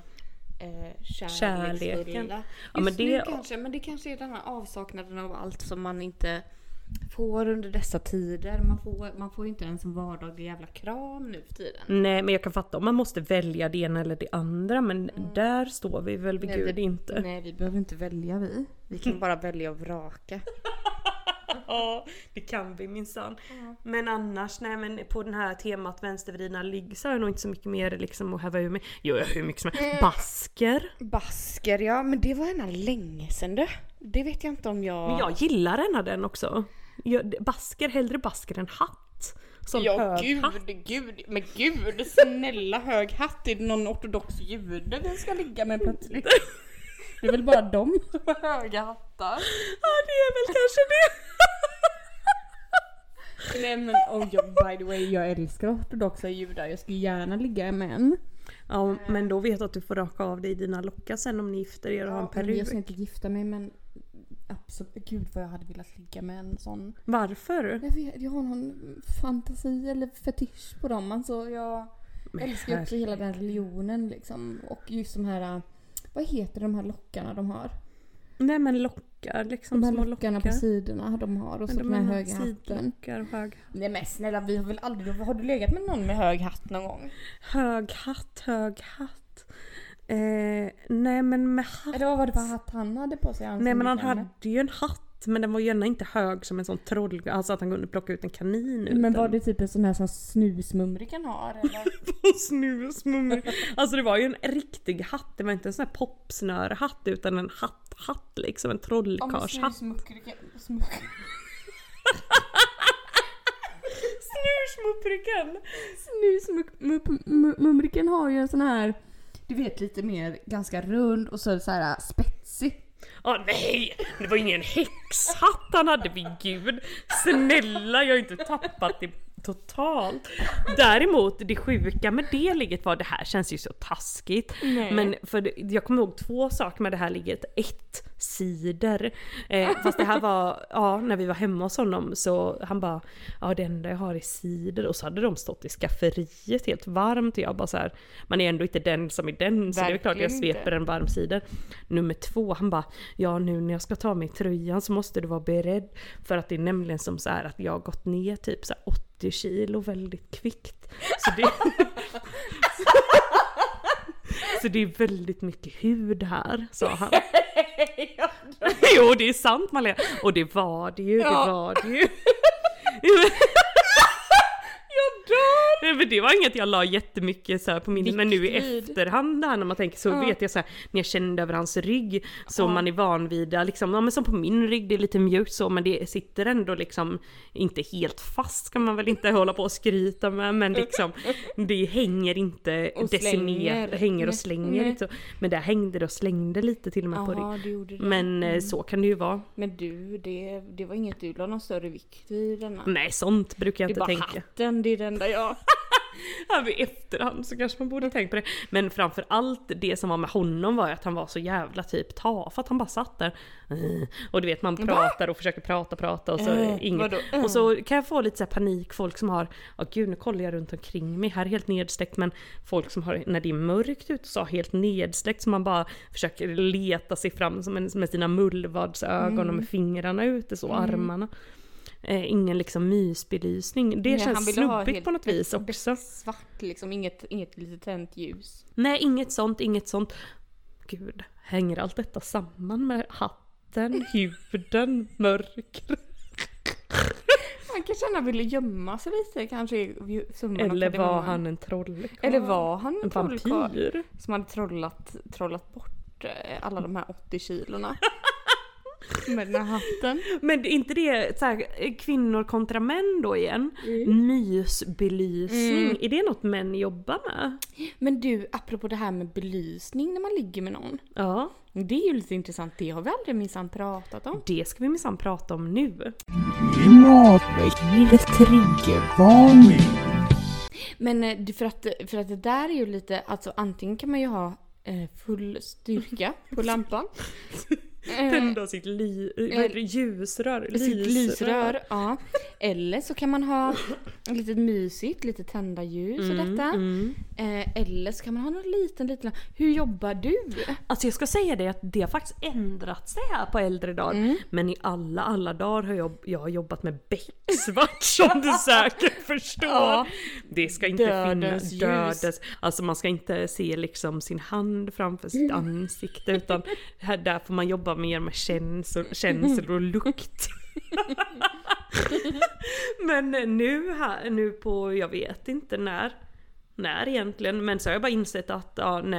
B: kärleksfulla.
C: Ja, men det
B: kanske är den här avsaknaden av allt som man inte får under dessa tider. Man får ju inte ens en vardaglig jävla kram nu för tiden.
C: Nej, men jag kan fatta om man måste välja det ena eller det andra. Men där står vi väl vid Gud inte.
B: Nej, vi behöver inte välja vi kan bara välja och vraka.
C: Ja, det kan vi minsann. Men annars, nej, men på den här temat vänstervridna ligg så har jag nog inte så mycket mer liksom att häva ur mig. Jo, jag har hur mycket som är.
B: Basker, ja, men det var ena länge sedan du. Det vet jag inte om jag...
C: Men jag gillar den också. Hellre basker än hatt. Som hög hatt.
B: Men gud, snälla hög hatt. Är det någon ortodox jude vi ska ligga med plötsligt? Det är väl bara de höga hattar.
C: Ja, det är väl kanske det.
B: Nej men, by the way, jag älskar ortodoxa judar. Jag skulle gärna ligga med en.
C: Ja, men då vet du att du får raka av dig dina lockar sen om ni gifter er och har en peruk.
B: Jag ska inte gifta mig, men absolut, gud vad jag hade velat ligga med en sån.
C: Varför?
B: Jag har någon fantasi eller fetisch på dem. Alltså jag älskar också hela den religionen liksom. Och just de här, vad heter de här lockarna de har?
C: Nej, men lockar liksom.
B: De här
C: små
B: lockarna på sidorna de har. Och så den här höga hatten.
C: Hög.
B: Nej men snälla, vi har väl aldrig... Har du legat med någon med hög hatt någon gång?
C: Hög hatt. Nej, men med hatt.
B: Eller vad var det för hatt han hade på sig?
C: Nej, men han hade ju en hatt. Men den var gärna inte hög som en sån troll. Alltså att han kunde plocka ut en kanin ur
B: Men
C: den.
B: var det typ en sån här som snusmumriken har? Eller?
C: Snusmumrik. Alltså det var ju en riktig hatt. Det var inte en sån här popsnörehatt utan en hatt liksom. En trollkarlshatt.
B: Snusmumriken. Snusmumriken har ju en sån här, du vet, lite mer ganska rund och så här spetsig.
C: Nej, det var ingen häxhatt han hade, vid Gud. Snälla, jag har inte tappat det totalt. Däremot, det sjuka med det ligget var, det här känns ju så taskigt. Nej. Men för jag kommer ihåg 2 saker med det här ligget. 1, cider. Fast det här var, när vi var hemma hos honom så han bara, det enda jag har är cider. Och så hade de stått i skafferiet helt varmt. Och jag bara så här, man är ändå inte den som är den. Så det är klart jag sveper en varm cider. Nummer 2, han bara, nu när jag ska ta mig tröjan så måste du vara beredd. För att det är nämligen som så här att jag har gått ner typ så här 80 kilo väldigt kvickt. Så det är väldigt mycket hud här, sa han. Jo, det är sant, Malena. Och det var det ju. Men det var inget jag la jättemycket så här på min, men nu i efterhand där när man tänker så vet jag så här, när jag kände över hans rygg så man är van vid liksom, men som på min rygg, det är lite mjukt så, men det sitter ändå liksom inte helt fast, kan man väl inte hålla på och skryta med, men liksom det hänger inte decimerat, hänger och slänger lite så. Men där hängde det och slängde lite till och med på rygg.
B: Det gjorde det.
C: Men så kan det ju vara.
B: Men du, det var inget du la någon större vikt vid denna.
C: Nej, sånt brukar jag inte tänka.
B: Det är bara hatten, det är den där jag...
C: Här vid efterhand så kanske man borde tänka på det. Men framför allt det som var med honom var att han var så jävla typ tafatt. Han bara satt där. Och du vet, man pratar och försöker prata och så inget. Och så kan jag få lite så här panik. Folk som har, gud, nu kollar jag runt omkring mig. Här är helt nedsläckt, men folk som har, när det är mörkt ut så helt nedsläckt, så man bara försöker leta sig fram som med sina mullvadsögon och med fingrarna ute så, armarna. Ingen liksom mysbelysning. Det känns snubbigt på något vis också.
B: Svart liksom, inget lite tänt ljus.
C: Nej, inget sånt. Gud, hänger allt detta samman med hatten, huden, mörker?
B: Han kanske gärna ville gömma sig lite, kanske.
C: Eller var han en trollkarl?
B: Eller var han en
C: vampyr
B: som hade trollat bort alla de här 80 kilorna? Med den här hatten.
C: Men inte det så här, kvinnor kontra män då igen? Mysbelysning. Är det något män jobbar med?
B: Men du, apropå det här med belysning när man ligger med någon.
C: Ja.
B: Det är ju lite intressant. Det har vi aldrig minsann pratat om.
C: Det ska vi minsann prata om nu.
D: Klimatväckningens triggervarning.
B: Men för att det där är ju lite, alltså antingen kan man ju ha full styrka på lampan.
C: tända sitt ljusrör.
B: Sitt lysrör, ja. Eller så kan man ha lite mysigt, lite tända ljus och detta. Eller så kan man ha någon liten... Hur jobbar du?
C: Alltså jag ska säga det att det har faktiskt ändrat sig här på äldre dagar. Men i alla dagar har jag har jobbat med becksvart som du säkert förstår. Ja. Det ska inte finnas dödes. Alltså man ska inte se liksom sin hand framför sitt ansikte, utan där får man jobba mer med känsel och lukt. Men nu på, jag vet inte när egentligen, men så har jag bara insett att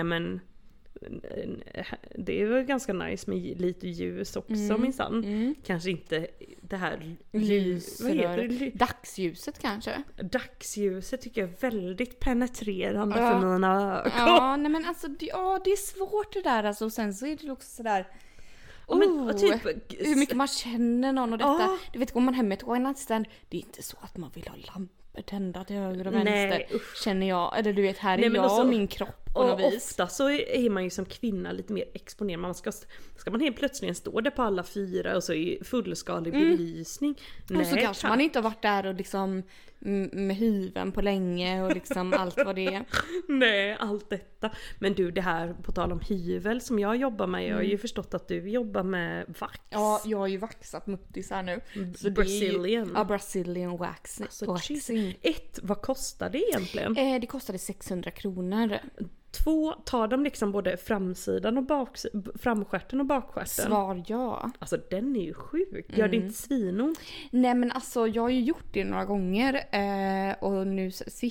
C: det är väl ganska nice med lite ljus också minsann. Kanske inte det här
B: dagsljuset kanske.
C: Dagsljuset tycker jag är väldigt penetrerande för mina ögon.
B: Ja, nej men alltså det är svårt det där alltså, och sen så är det också sådär hur mycket man känner någon och detta. Du vet, går man hem med ett one night stand, det är inte så att man vill ha lampor tända till höger och vänster, känner jag. Eller du vet, här är jag och min kropp på något vis.
C: Ofta så är man ju som kvinna lite mer exponerad. Man ska man helt plötsligt stå där på alla fyra och så i fullskalig belysning.
B: Och så kanske man inte har varit där och liksom med hyven på länge och liksom allt vad det är.
C: Nej, allt detta. Men du, det här på tal om hyvel som jag jobbar med, jag har ju förstått att du jobbar med vax.
B: Ja, jag har ju vaxat muttis här nu. Så
C: Brazilian.
B: Brazilian waxing.
C: Vad kostar det egentligen?
B: Det kostade 600 kronor.
C: 2, tar de liksom både framsidan och framskärten och bakskärten? Svar ja. Alltså den är ju sjuk. Gör det inte svinont?
B: Nej men alltså jag har ju gjort det några gånger och nu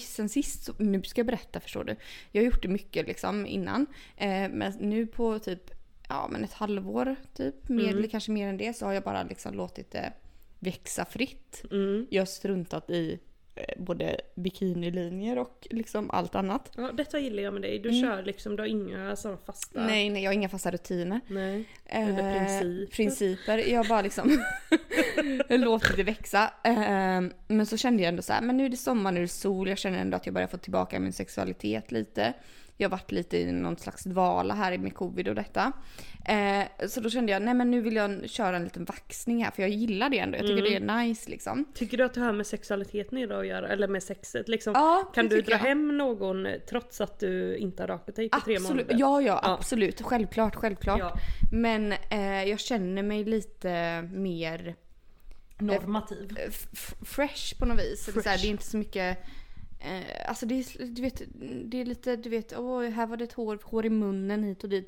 B: nu ska jag berätta, förstår du. Jag har gjort det mycket liksom innan. Men nu på typ ett halvår typ, kanske mer än det, så har jag bara liksom låtit det växa fritt. Jag har struntat i både bikinilinjer och liksom allt annat.
C: Ja, detta gillar jag med dig. Du kör liksom, du har inga sådana fasta...
B: Nej, jag har inga fasta rutiner.
C: Nej, eller
B: principer. Jag bara liksom låter det växa. Men så kände jag ändå så här, men nu är det sommar, nu är det sol. Jag känner ändå att jag börjar få tillbaka min sexualitet lite. Jag har varit lite i någon slags dvala här med covid och detta. Så då kände jag, nej men nu vill jag köra en liten vaxning här, för jag gillar det ändå. Jag tycker det är nice liksom.
C: Tycker du att det har med sexualiteten idag att göra? Eller med sexet liksom?
B: Ja,
C: kan du dra hem någon trots att du inte har rakat dig på 3 månader?
B: Ja, absolut. Självklart. Ja. Men jag känner mig lite mer
C: normativ.
B: Fresh på något vis. Det är inte så mycket... Alltså det är lite, du vet, här var det ett hår i munnen hit och dit.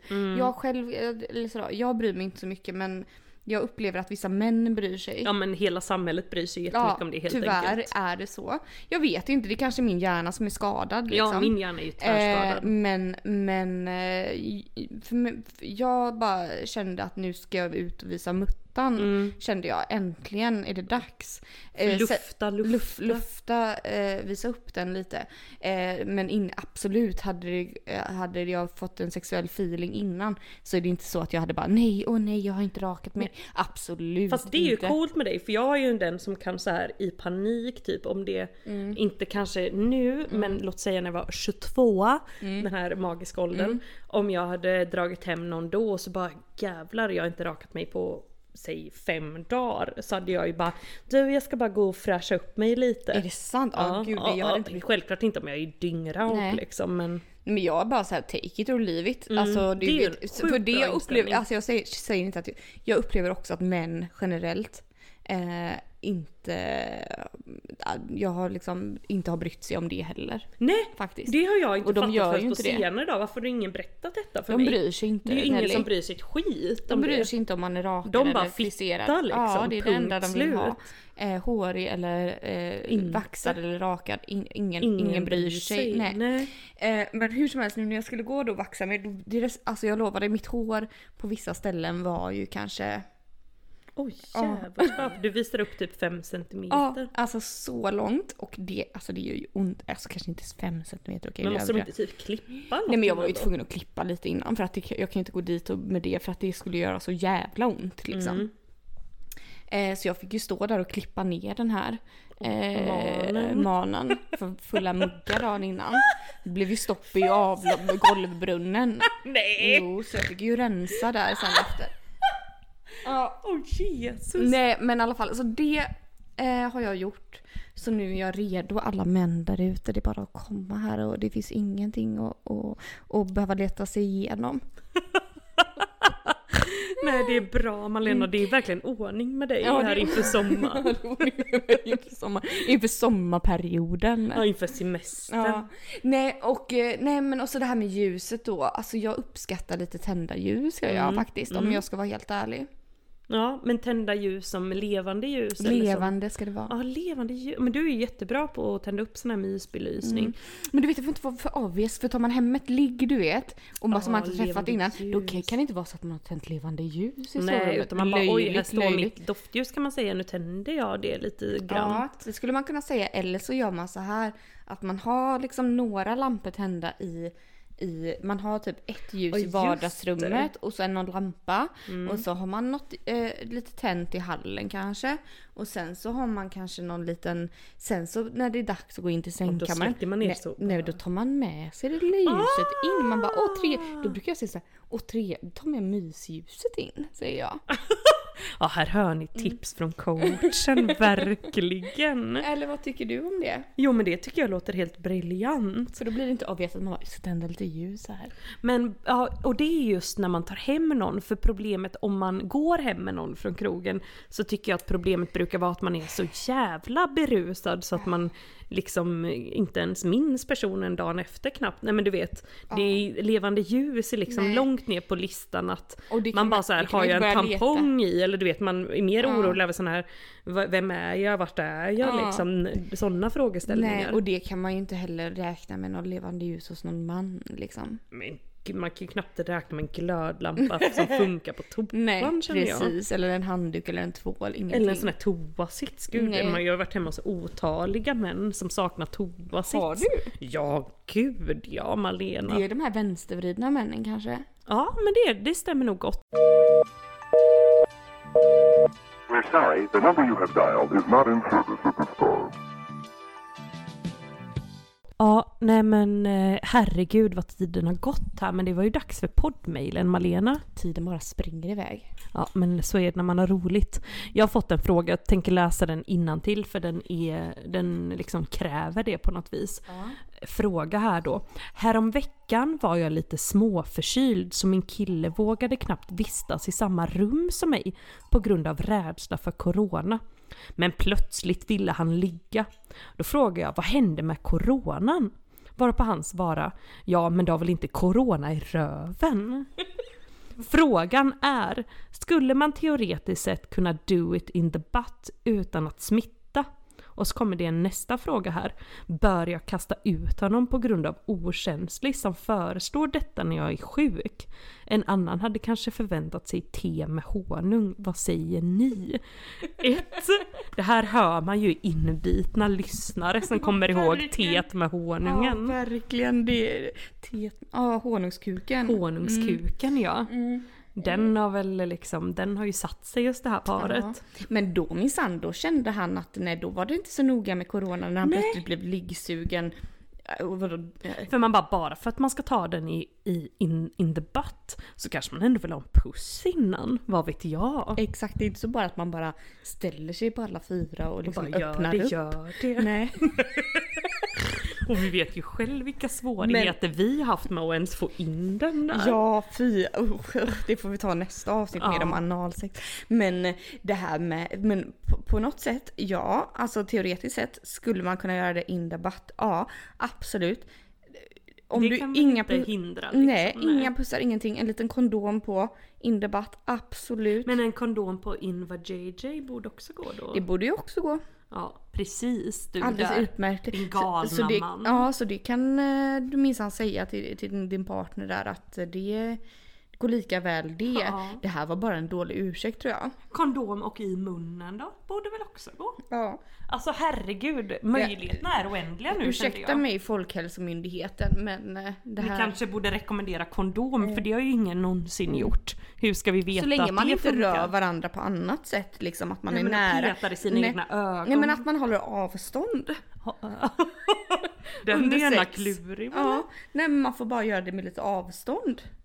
B: Jag bryr mig inte så mycket, men jag upplever att vissa män bryr sig.
C: Ja, men hela samhället bryr sig jättemycket om det, helt
B: tyvärr
C: enkelt.
B: Tyvärr är det så. Jag vet inte, det är kanske min hjärna som är skadad liksom.
C: Ja, min hjärna är ju tvärskadad.
B: Men jag bara kände att nu ska jag ut och visa muttan. Kände jag, äntligen är det dags. Lufta, visa upp den lite. Men absolut hade jag fått en sexuell feeling innan, så är det inte så att jag hade bara nej, jag har inte rakat mig. Absolut.
C: Fast det är ju coolt med dig, för jag är ju den som kan så här i panik typ, om det inte kanske nu, men låt säga när jag var 22, den här magiska åldern, om jag hade dragit hem någon då och så bara jävlar, jag har inte rakat mig på säg 5 dagar, så hade jag ju bara, jag ska bara gå och fräscha upp mig lite.
B: Är det sant? Gud, jag hade inte...
C: Självklart inte om jag är dyngraut liksom, men
B: jag bara så här, take it or leave it. Alltså det är för det jag upplever, alltså jag säger inte att jag upplever också att män generellt jag har liksom inte har brytt sig om det heller.
C: Nej,
B: faktiskt.
C: Det har jag inte
B: och de
C: fattat
B: gör
C: först
B: ju
C: på senare dag. Varför har ingen berättat detta för
B: de
C: mig?
B: De bryr sig inte.
C: Det är ju ingen som bryr sig ett skit.
B: De bryr sig inte om man är rakad
C: de
B: eller
C: bara
B: friserad.
C: Liksom,
B: ja, det är det enda de vill
C: slut.
B: ha. Hårig eller vaxad eller rakad. Ingen bryr sig. Nej. Men hur som helst, nu när jag skulle gå då och vaxa mig, alltså jag lovade, mitt hår på vissa ställen var ju kanske...
C: Oj, jävlar. Du visar upp typ 5 centimeter.
B: Ja, alltså så långt. Och det gör ju ont. Alltså kanske inte 5 centimeter. Okay,
C: men måste de inte typ klippa?
B: Nej, men jag var ju tvungen att klippa lite innan. För att jag kan ju inte gå dit med det, för att det skulle göra så jävla ont liksom. Så jag fick ju stå där och klippa ner den här manen för fulla muggar dagen innan. Det blev ju stopp i golvbrunnen.
C: Nej!
B: Jo, så jag fick ju rensa där sen efter.
A: Ja.
C: Jesus.
A: Nej, men i alla fall, så det har jag gjort. Så nu är jag redo, alla män där ute. Det är bara att komma här och det finns ingenting att behöva leta sig igenom.
C: Nej, det är bra Malena, det är verkligen ordning med dig här inför sommar.
A: Inför sommarperioden.
C: Ja, inför semestern.
A: Ja. Nej, men också det här med ljuset då. Alltså jag uppskattar lite tända ljus faktiskt, om jag ska vara helt ärlig.
C: Ja, men tända ljus som levande ljus.
A: Levande ska det vara.
C: Ja, levande ljus. Men du är ju jättebra på att tända upp sån här mysbelysning.
A: Men du vet, det får inte vara för obvious. För tar man hem ett ligg, du vet, och som man inte träffat innan, då kan det inte vara så att man har tänt levande ljus i
C: Nej, utan man bara, oj, här står
A: löjligt.
C: mitt doftljus kan man säga, nu tänder jag det lite grann.
A: Ja, det skulle man kunna säga. Eller så gör man så här, att man har liksom några lampor tända man har typ ett ljus i vardagsrummet och sen någon lampa och så har man något lite tänt i hallen kanske, och sen så har man kanske någon liten, sen så när det är dags att gå in till sängkammaren, då tar man med sig det lilla ljuset in, man bara då brukar jag säga så här, ta med mysljuset in, säger jag.
C: Ja, här hör ni tips från coachen, verkligen.
A: Eller vad tycker du om det?
C: Jo, men det tycker jag låter helt briljant.
A: För då blir det inte avvetat att man bara tänder lite ljus här.
C: Men, ja, och det är just när man tar hem någon, för problemet om man går hem med någon från krogen, så tycker jag att problemet brukar vara att man är så jävla berusad så att man liksom inte ens minns personen dagen efter knappt. Nej, men du vet, det är levande ljus är liksom långt ner på listan, att man bara så här, har jag en tampong i, eller du vet, man är mer orolig över sån här, vem är jag, vart är jag, liksom sådana frågeställningar.
A: Nej, och det kan man ju inte heller räkna med någon levande ljus hos någon man liksom.
C: Men man kan ju knappt räkna med en glödlampa som funkar på toan.
A: Nej, precis. Eller en handduk eller en tvål. Ingenting.
C: Eller en sån här toasits. Gud, man har varit hemma hos otaliga män som saknar toasits.
A: Har du?
C: Ja, gud, ja, Malena.
A: Det är de här vänstervridna männen kanske.
C: Ja, men det stämmer nog gott.
E: We're sorry, the number you have dialed is not in service at this time.
C: Ja, nej men herregud vad tiden har gått här, men det var ju dags för poddmailen, Malena.
A: Tiden bara springer iväg.
C: Ja, men så är det när man har roligt. Jag har fått en fråga, jag tänker läsa den innantill för den liksom kräver det på något vis. Ja. Fråga här då. Häromveckan var jag lite småförkyld, så min kille vågade knappt vistas i samma rum som mig på grund av rädsla för corona. Men plötsligt ville han ligga. Då frågade jag, vad hände med coronan? Varpå han svarade, ja men det har väl inte corona i röven? Frågan är, skulle man teoretiskt sett kunna do it in the butt utan att smitta? Och så kommer det en nästa fråga här. Bör jag kasta ut honom på grund av okänslig som föreslår detta när jag är sjuk? En annan hade kanske förväntat sig te med honung. Vad säger ni? Det här hör man ju inbitna lyssnare som kommer ihåg teet med honungen.
A: Ja, verkligen. Det är teet. Ja, honungskuken.
C: Honungskuken, ja. Den har väl liksom, den har ju satt sig just det här paret.
A: Ja. Men då minsann, då kände han att nej, då var det inte så noga med corona när han plötsligt blev liggsugen.
C: För man bara för att man ska ta den in the butt, så kanske man ändå vill ha en puss innan, vad vet jag.
A: Exakt, det är inte så bara att man bara ställer sig på alla fyra och liksom
C: bara
A: öppnar upp.
C: Gör det.
A: Nej.
C: Och vi vet ju själv vilka svårigheter vi har haft med att ens få in den där.
A: Ja, det får vi ta nästa avsnitt med om analsex. Men det här med, men på något sätt, ja, alltså teoretiskt sett skulle man kunna göra det in the butt, ja, absolut. Om
C: det
A: du
C: kan inte hindra. Liksom.
A: Nej, inga pussar, ingenting. En liten kondom på in the butt, absolut.
C: Men en kondom på in JJ borde också gå då?
A: Det borde ju också gå.
C: Ja, precis. Du
A: alldeles
C: där.
A: utmärkt.
C: Din galna
A: så det,
C: man.
A: Ja, så det kan du minsann säga till din partner där att det går lika väl det. Ja. Det här var bara en dålig ursäkt, tror jag.
C: Kondom och i munnen då? Borde väl också gå?
A: Ja.
C: Alltså herregud, möjligheterna är oändliga nu.
A: Ursäkta mig, Folkhälsomyndigheten, men det här...
C: Vi kanske borde rekommendera kondom, för det har ju ingen någonsin gjort. Hur ska vi veta att det
A: så länge man inte
C: funkar?
A: Rör varandra på annat sätt, liksom att man är nära.
C: Petar i sina egna ögon.
A: Nej, men att man håller avstånd.
C: Den är gärna klurig.
A: Ja, nej, men man får bara göra det med lite avstånd.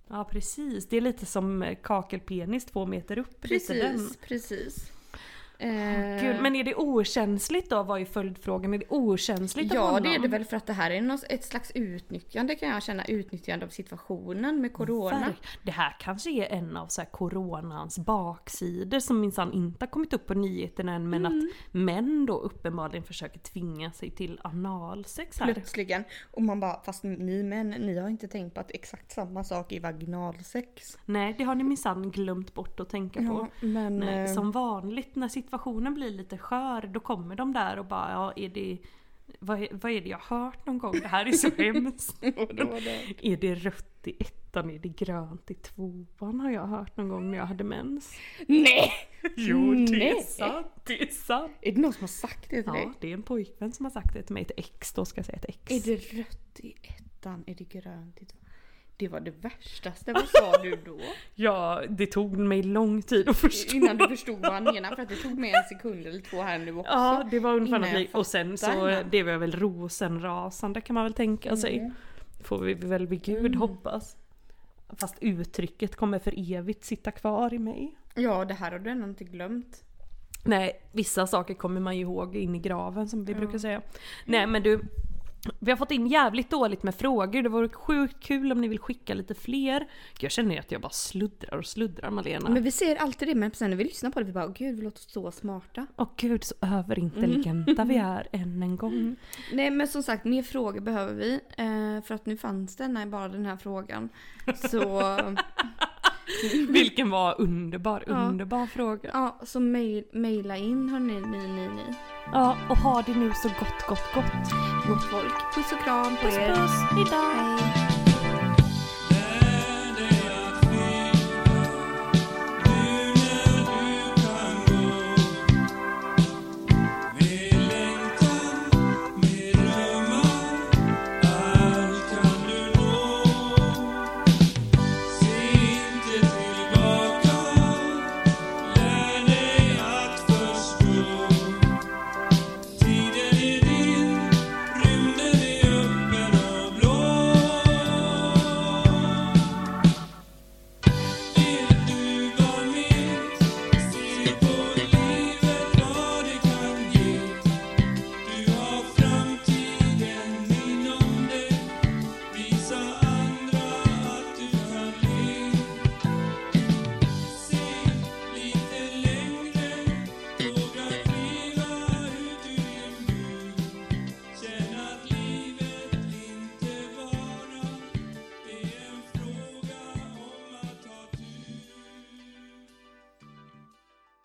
C: Ja, precis. Det är lite som kakelpenis 2 meter upp.
B: Precis.
C: Gud, men är det okänsligt då? Vad är följdfrågan? Är det okänsligt av
B: Ja,
C: honom?
B: det är det väl, för att det här är ett slags utnyttjande, kan jag känna. Utnyttjande av situationen med corona.
C: Det här kanske är en av så här coronans baksidor som minsann inte har kommit upp på nyheterna än, men att män då uppenbarligen försöker tvinga sig till analsex här.
B: Plötsligen. Och man bara, fast ni män, ni har inte tänkt på att exakt samma sak är vaginalsex.
C: Nej, det har ni minsann glömt bort att tänka på.
B: Men
C: Nej, som vanligt när situationen blir lite skör, då kommer de där och bara, ja, vad är det jag har hört någon gång? Det här är så hemskt. Är det rött i 1:an, är det grönt i 2:an, har jag hört någon gång när jag hade mens.
B: Nej!
C: Jo, det
B: Nej.
C: är sant, det är sant.
B: Är det någon som har sagt det till dig?
C: Ja, det är en pojkvän som har sagt det till mig, ett ex, då ska jag säga ett ex.
B: Är det rött i 1:an? Är det grönt i 2:an? Det var det värstaste. Vad sa du då?
C: Ja, det tog mig lång tid att förstå.
B: Innan du förstod vad han menade, för att det tog mig 1 sekund eller 2 här nu också.
C: Ja, det var ungefär
B: Innan jag
C: något. Och sen så,
B: fattar.
C: det var väl rosenrasande kan man väl tänka sig. Får vi väl vid Gud hoppas. Fast uttrycket kommer för evigt sitta kvar i mig.
B: Ja, det här har du ändå inte glömt.
C: Nej, vissa saker kommer man ju ihåg in i graven som vi brukar säga. Nej, men du, vi har fått in jävligt dåligt med frågor. Det vore sjukt kul om ni vill skicka lite fler. Jag känner att jag bara sluddrar, Malena.
B: Men vi ser alltid det, men sen när vi lyssnar på det, vi bara, gud, vi låter så smarta.
C: Åh gud, så överintelligenta vi är än en gång.
B: Nej, men som sagt, mer frågor behöver vi. För att nu fanns det bara den här frågan. Så...
C: Vilken var underbar fråga.
B: Ja, så mejla in, hörni, ni.
C: Ja, och ha det nu så gott.
B: Gott folk. Puss och kram på er.
C: Puss, hejdå.
B: Hej.